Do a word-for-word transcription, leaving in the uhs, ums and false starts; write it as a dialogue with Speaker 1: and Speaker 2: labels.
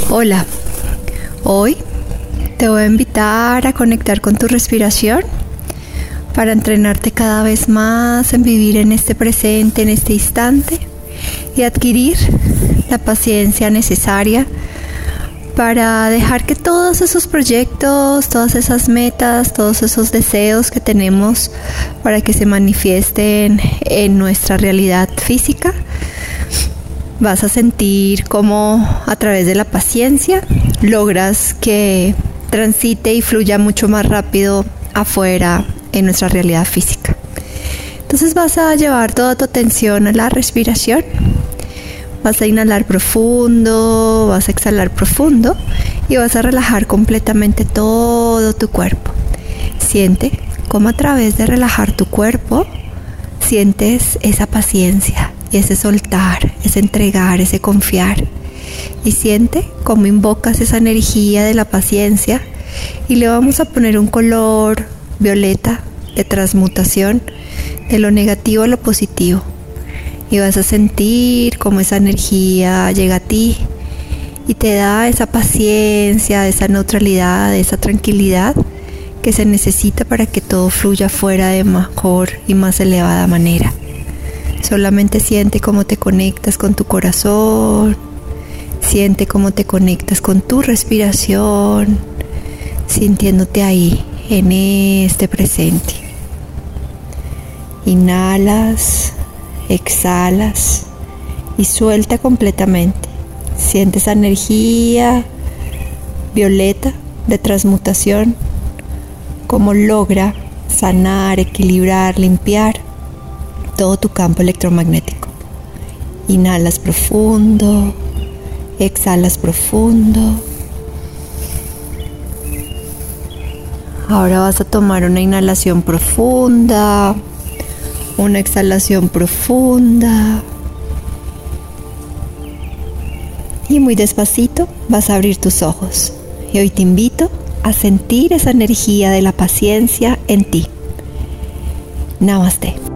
Speaker 1: Hola, hoy te voy a invitar a conectar con tu respiración para entrenarte cada vez más en vivir en este presente, en este instante y adquirir la paciencia necesaria para dejar que todos esos proyectos, todas esas metas, todos esos deseos que tenemos para que se manifiesten en nuestra realidad física. Vas a sentir cómo a través de la paciencia logras que transite y fluya mucho más rápido afuera en nuestra realidad física. Entonces vas a llevar toda tu atención a la respiración. Vas a inhalar profundo, vas a exhalar profundo y vas a relajar completamente todo tu cuerpo. Siente cómo a través de relajar tu cuerpo sientes esa paciencia y ese soltar, ese entregar, ese confiar. Y siente cómo invocas esa energía de la paciencia y le vamos a poner un color violeta de transmutación de lo negativo a lo positivo. Y vas a sentir cómo esa energía llega a ti y te da esa paciencia, esa neutralidad, esa tranquilidad que se necesita para que todo fluya fuera de mejor y más elevada manera. Solamente siente cómo te conectas con tu corazón, siente cómo te conectas con tu respiración, sintiéndote ahí, en este presente. Inhalas, exhalas y suelta completamente. Siente esa energía violeta de transmutación, cómo logra sanar, equilibrar, limpiar todo tu campo electromagnético. Inhalas profundo, exhalas profundo. Ahora vas a tomar una inhalación profunda, una exhalación profunda. Y muy despacito vas a abrir tus ojos. Y hoy te invito a sentir esa energía de la paciencia en ti. Namaste.